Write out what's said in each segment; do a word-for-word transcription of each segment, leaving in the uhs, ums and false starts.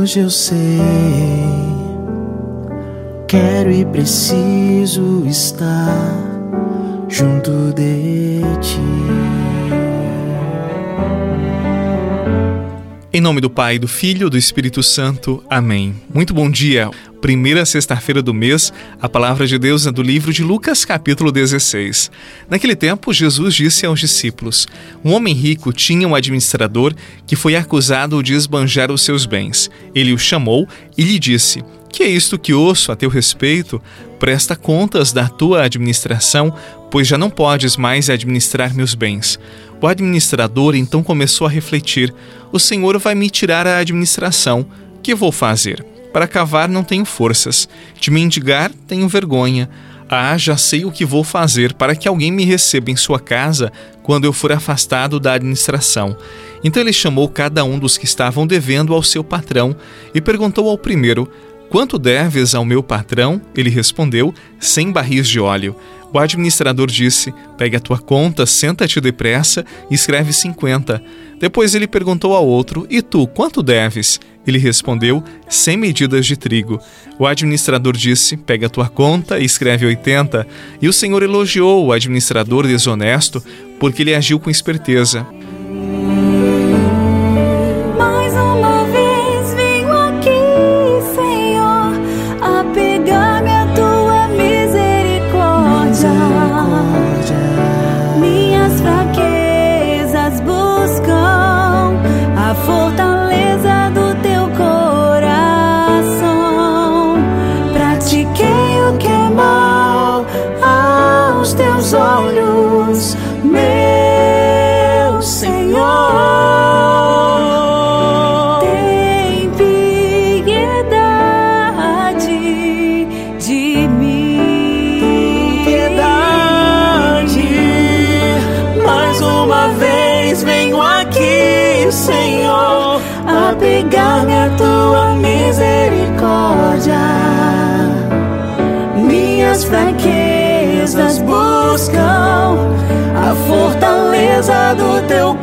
hoje eu sei, quero e preciso estar junto de ti. Em nome do Pai, do Filho e do Espírito Santo. Amém. Muito bom dia. Primeira sexta-feira do mês, a palavra de Deus é do livro de Lucas, capítulo dezesseis. Naquele tempo, Jesus disse aos discípulos: um homem rico tinha um administrador que foi acusado de esbanjar os seus bens. Ele o chamou e lhe disse: que é isto que ouço a teu respeito? Presta contas da tua administração, pois já não podes mais administrar meus bens. O administrador então começou a refletir: o Senhor vai me tirar a administração. Que vou fazer? Para cavar não tenho forças, de mendigar tenho vergonha. Ah, já sei o que vou fazer para que alguém me receba em sua casa quando eu for afastado da administração. Então ele chamou cada um dos que estavam devendo ao seu patrão e perguntou ao primeiro: quanto deves ao meu patrão? Ele respondeu: cem barris de óleo. O administrador disse: pega a tua conta, senta-te depressa e escreve cinquenta. Depois ele perguntou ao outro: e tu, quanto deves? Ele respondeu: cem medidas de trigo. O administrador disse: pega a tua conta e escreve oitenta. E o Senhor elogiou o administrador desonesto porque ele agiu com esperteza. Olhos, meu Senhor, tem piedade de mim. Piedade, mais uma vez venho aqui, Senhor, a pegar-me a tua misericórdia. Minhas fraquezas buscam a fortaleza do teu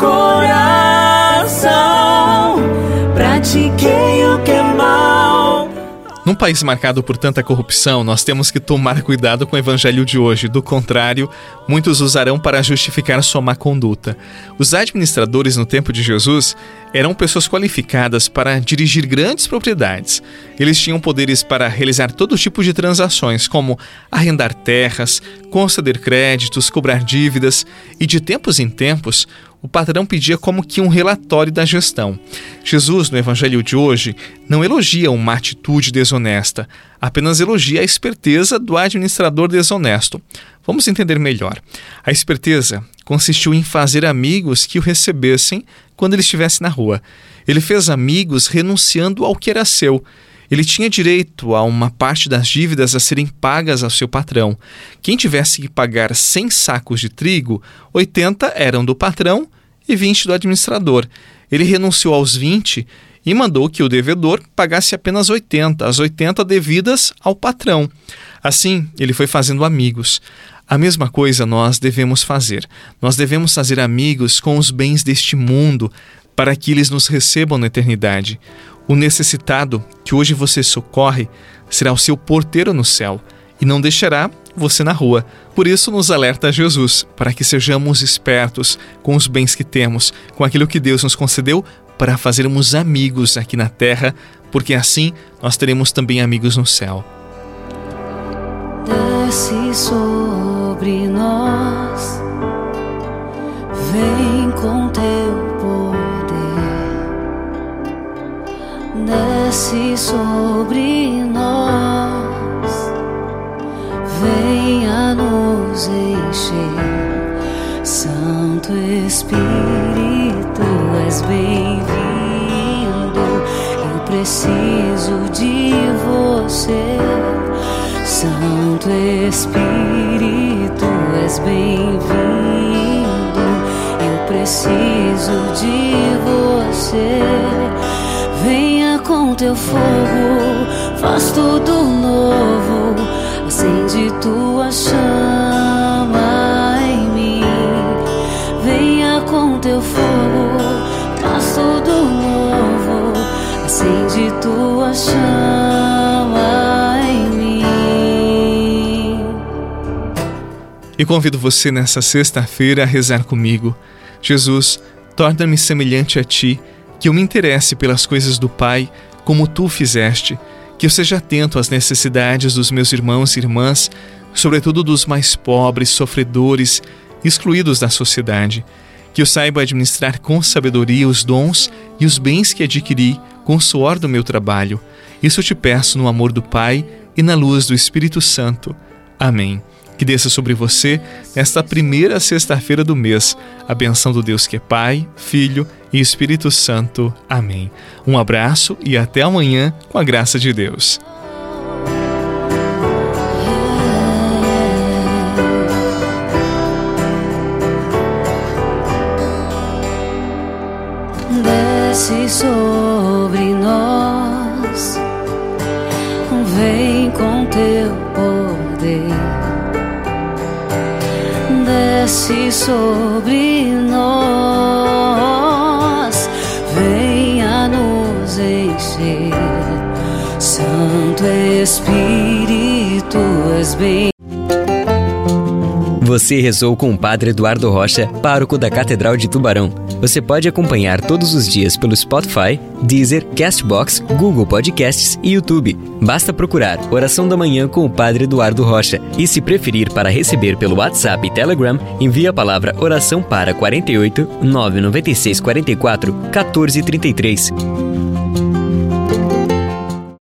coração. Pratiquei o que é mal. Num país marcado por tanta corrupção, nós temos que tomar cuidado com o evangelho de hoje. Do contrário, muitos usarão para justificar sua má conduta. Os administradores no tempo de Jesus eram pessoas qualificadas para dirigir grandes propriedades. Eles tinham poderes para realizar todo tipo de transações, como arrendar terras, conceder créditos, cobrar dívidas, e de tempos em tempos, o patrão pedia como que um relatório da gestão. Jesus, no evangelho de hoje, não elogia uma atitude desonesta, apenas elogia a esperteza do administrador desonesto. Vamos entender melhor. A esperteza consistiu em fazer amigos que o recebessem quando ele estivesse na rua. Ele fez amigos renunciando ao que era seu. Ele tinha direito a uma parte das dívidas a serem pagas ao seu patrão. Quem tivesse que pagar cem sacos de trigo, oitenta eram do patrão e vinte do administrador. Ele renunciou aos vinte e mandou que o devedor pagasse apenas oitenta, as oitenta devidas ao patrão. Assim, ele foi fazendo amigos. A mesma coisa nós devemos fazer. Nós devemos fazer amigos com os bens deste mundo para que eles nos recebam na eternidade. O necessitado que hoje você socorre será o seu porteiro no céu e não deixará você na rua. Por isso nos alerta Jesus, para que sejamos espertos com os bens que temos, com aquilo que Deus nos concedeu, para fazermos amigos aqui na terra, porque assim nós teremos também amigos no céu. Desce sobre nós, vem com teu poder, desce sobre nós, venha nos encher. Santo Espírito, és bem-vindo, eu preciso de você. Santo Espírito, és bem-vindo, eu preciso de você. Venha com teu fogo, faz tudo novo, acende tua chama em mim. Venha com teu fogo, faz tudo novo, acende tua chama em mim. E convido você nessa sexta-feira a rezar comigo. Jesus, torna-me semelhante a Ti, que eu me interesse pelas coisas do Pai, como Tu fizeste, que eu seja atento às necessidades dos meus irmãos e irmãs, sobretudo dos mais pobres, sofredores, excluídos da sociedade, que eu saiba administrar com sabedoria os dons e os bens que adquiri com o suor do meu trabalho. Isso eu te peço no amor do Pai e na luz do Espírito Santo. Amém. Que desça sobre você, nesta primeira sexta-feira do mês, a benção do Deus que é Pai, Filho e Espírito Santo. Amém. Um abraço e até amanhã, com a graça de Deus. Desce sobre nós, vem com teu poder. Desce sobre nós, venha nos encher. Santo Espírito, és bem. Você rezou com o Padre Eduardo Rocha, pároco da Catedral de Tubarão. Você pode acompanhar todos os dias pelo Spotify, Deezer, Castbox, Google Podcasts e YouTube. Basta procurar Oração da Manhã com o Padre Eduardo Rocha. E se preferir para receber pelo WhatsApp e Telegram, envie a palavra oração para quarenta e oito, nove nove seis, quarenta e quatro, quatorze, trinta e três.